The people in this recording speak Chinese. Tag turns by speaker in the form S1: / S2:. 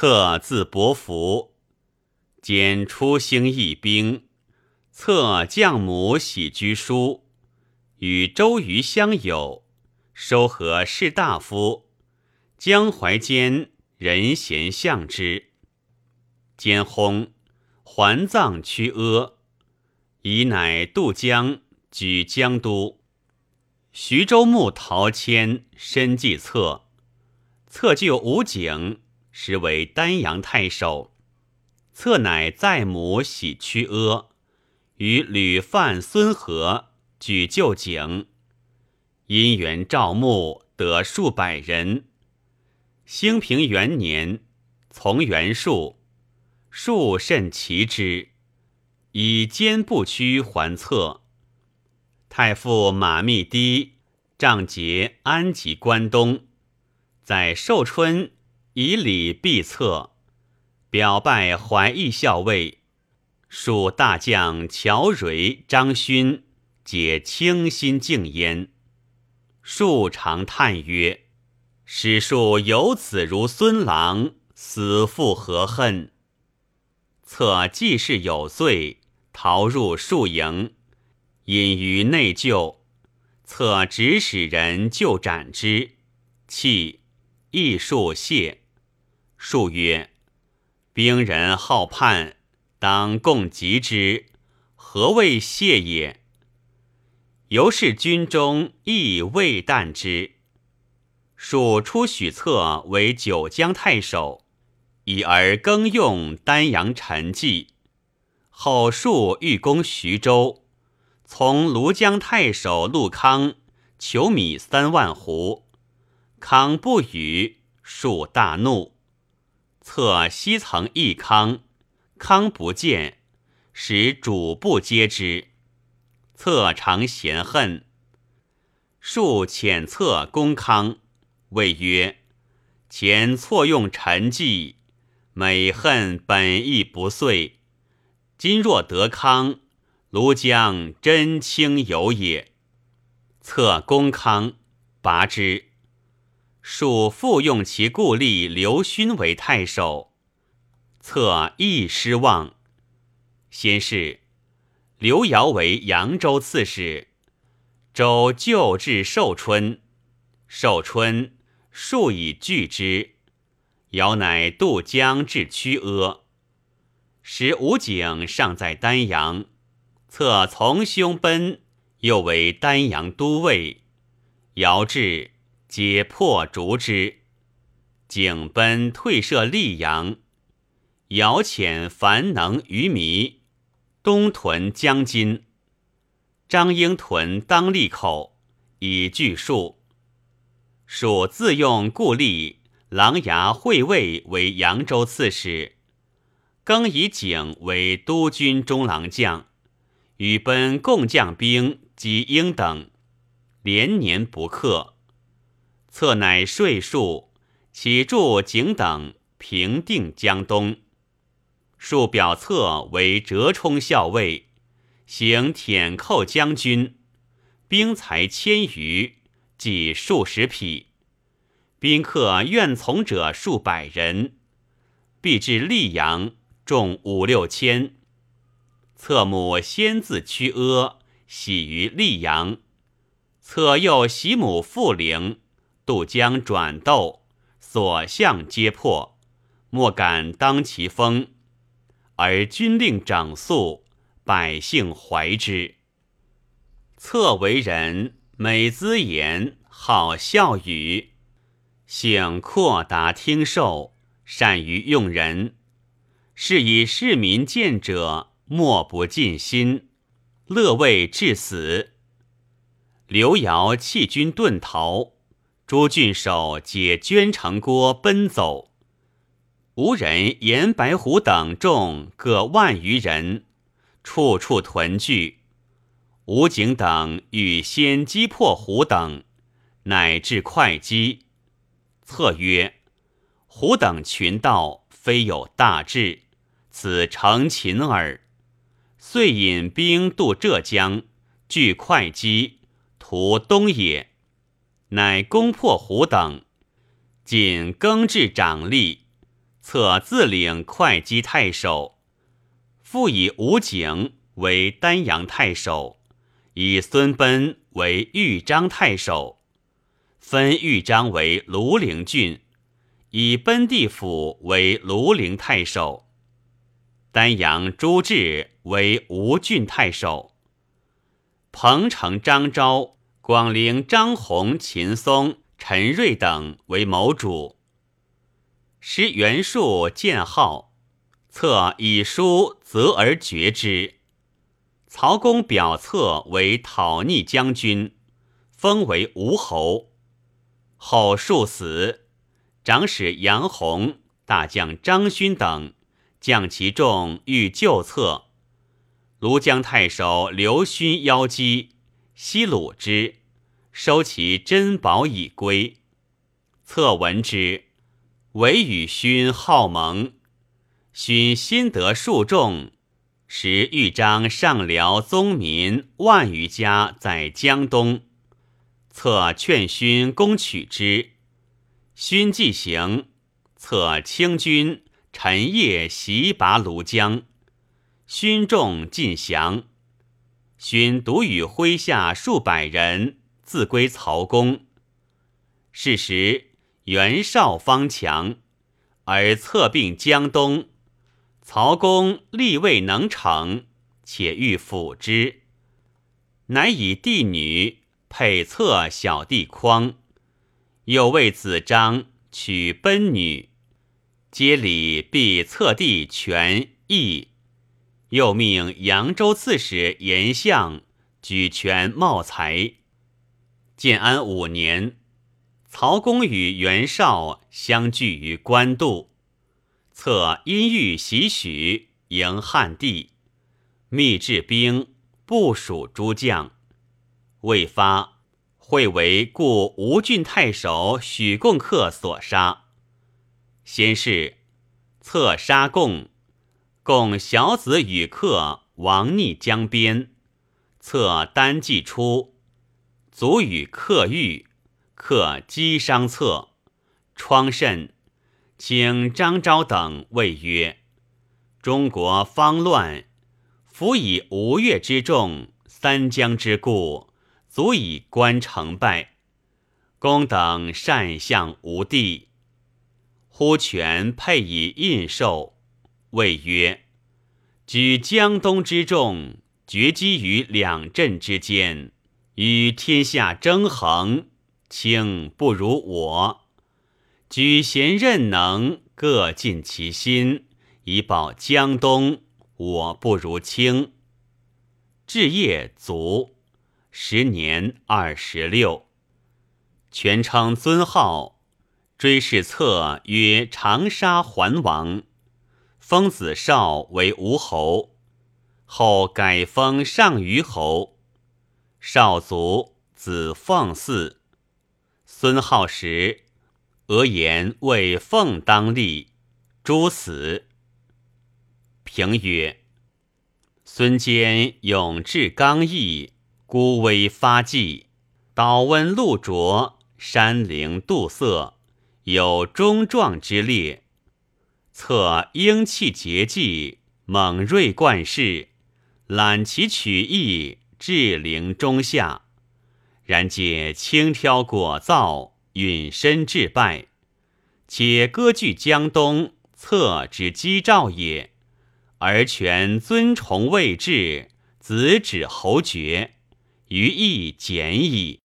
S1: 策字伯服，兼出兴义兵。策将母喜居书，与周瑜相友，收合士大夫。江淮间人贤相之。兼薨，还葬曲阿。乙乃渡江，举江都。徐州牧陶谦深记策，策就吴景，实为丹阳太守。策乃载母喜曲阿，与吕范孙和举就景。因缘召募，得数百人。兴平元年，从袁术，术甚奇之，以坚不屈还策。太傅马密低仗节安吉关东，在寿春以礼毕策，表拜怀义校尉。数大将乔蕤、张勋皆倾心敬焉。术常叹曰：使术有子如孙郎，死复何恨？策既是有罪，逃入术营，隐于内疚。策指使人就斩之，弃，亦术谢。术曰：兵人好叛，当共击之，何谓谢也？由是军中亦未惮之。术初许策为九江太守，已而更用丹阳陈纪。后术欲攻徐州，从庐江太守陆康求米3万斛，康不与，术大怒。策昔曾议康，康不见，使主簿接之。策常嫌恨，术遣策攻康，谓曰：前错用陈纪，每恨本意不遂。今若得康，庐江真卿有也。策攻康，拔之。术复用其故吏刘勋为太守，策亦失望。先是，刘繇为扬州刺史，州旧至寿春。寿春，术以拒之，繇乃渡江至曲阿。时吴景尚在丹阳，策从兄奔，又为丹阳都尉。繇至，皆破逐之。景奔退射溧阳，繇遣樊能于糜东屯江津。张英屯当利口，以拒术。属自用故吏琅琊会尉为扬州刺史，更以景为督军中郎将，与奔共将兵击英等，连年不克。策乃说术，起助景等平定江东。术表策为折冲校尉，行舔寇将军，兵才1000余，计数十匹，宾客愿从者数百人。必至溧阳，众5、6千。策母先自曲阿，徙于溧阳。策又袭母富陵，渡江转斗，所向皆破，莫敢当其锋。而军令整肃，百姓怀之。策为人美姿言，好笑语，性阔达听受，善于用人。是以市民见者，莫不尽心，乐为至死。刘繇弃军遁逃，诸郡守皆捐城郭奔走。吴人严白虎等众各1万余人，处处屯聚。吴景等欲先击破虎等，乃至会稽。策曰：虎等群盗，非有大志，此成擒耳。遂引兵渡浙江，据会稽，图东野。乃攻破虎等，仅更置长吏， 策自领会稽太守，复以吴景为丹阳太守，以孙贲为豫章太守，分豫章为庐陵郡，以贲地府为庐陵太守，丹阳朱志为吴郡太守，彭城张昭、广陵张弘、秦松、陈瑞等为谋主。使袁术见号，策以书责而决之。曹公表策为讨逆将军，封为吴侯。后术死，长史杨弘、大将张勋等将其众欲救策。庐江太守刘勋邀击，西虏之，收其珍宝以归。策闻之，唯与勋好盟。勋心得数众，时豫章上辽宗民万余家在江东。策劝勋攻取之，勋既行，策清军陈夜袭拔庐江，勋众尽降。勋独与麾下数百人自归曹公。是时袁绍方强，而策并江东，曹公力未能成，且欲辅之，乃以弟女配策小弟匡，又为子张娶奔女，皆礼必策弟权义，又命扬州刺史严相举权茂才。建安5年，曹公与袁绍相聚于官渡，策因欲袭许，迎汉帝，密制兵，部署诸将。未发，会为故吴郡太守许贡客所杀。先是，策杀贡，贡小子与客亡逆江边，策单骑出，卒与客遇，客击伤策，疮甚，请张昭等谓曰：中国方乱，夫以吴越之众，三江之固，足以观成败。公等善向吴地，忽权配以印绶，谓曰：举江东之众，决击于两镇之间，与天下争衡，卿不如我。举贤任能，各尽其心，以保江东，我不如卿。至夜卒，时年26。权称尊号，追谥策曰长沙桓王，封子少为吴侯，后改封上虞侯。少卒，子奉嗣。孙浩时，俄言为奉当立，诛死。评曰：孙坚勇志刚毅，孤威发迹，岛温陆浊，山陵杜塞，有忠壮之列。策英气节济，猛锐冠世，揽其取义，至陵中下。然借轻佻果造，允身致败，且割据江东，策之机兆也。而权尊崇位至，子指侯爵，于义简矣。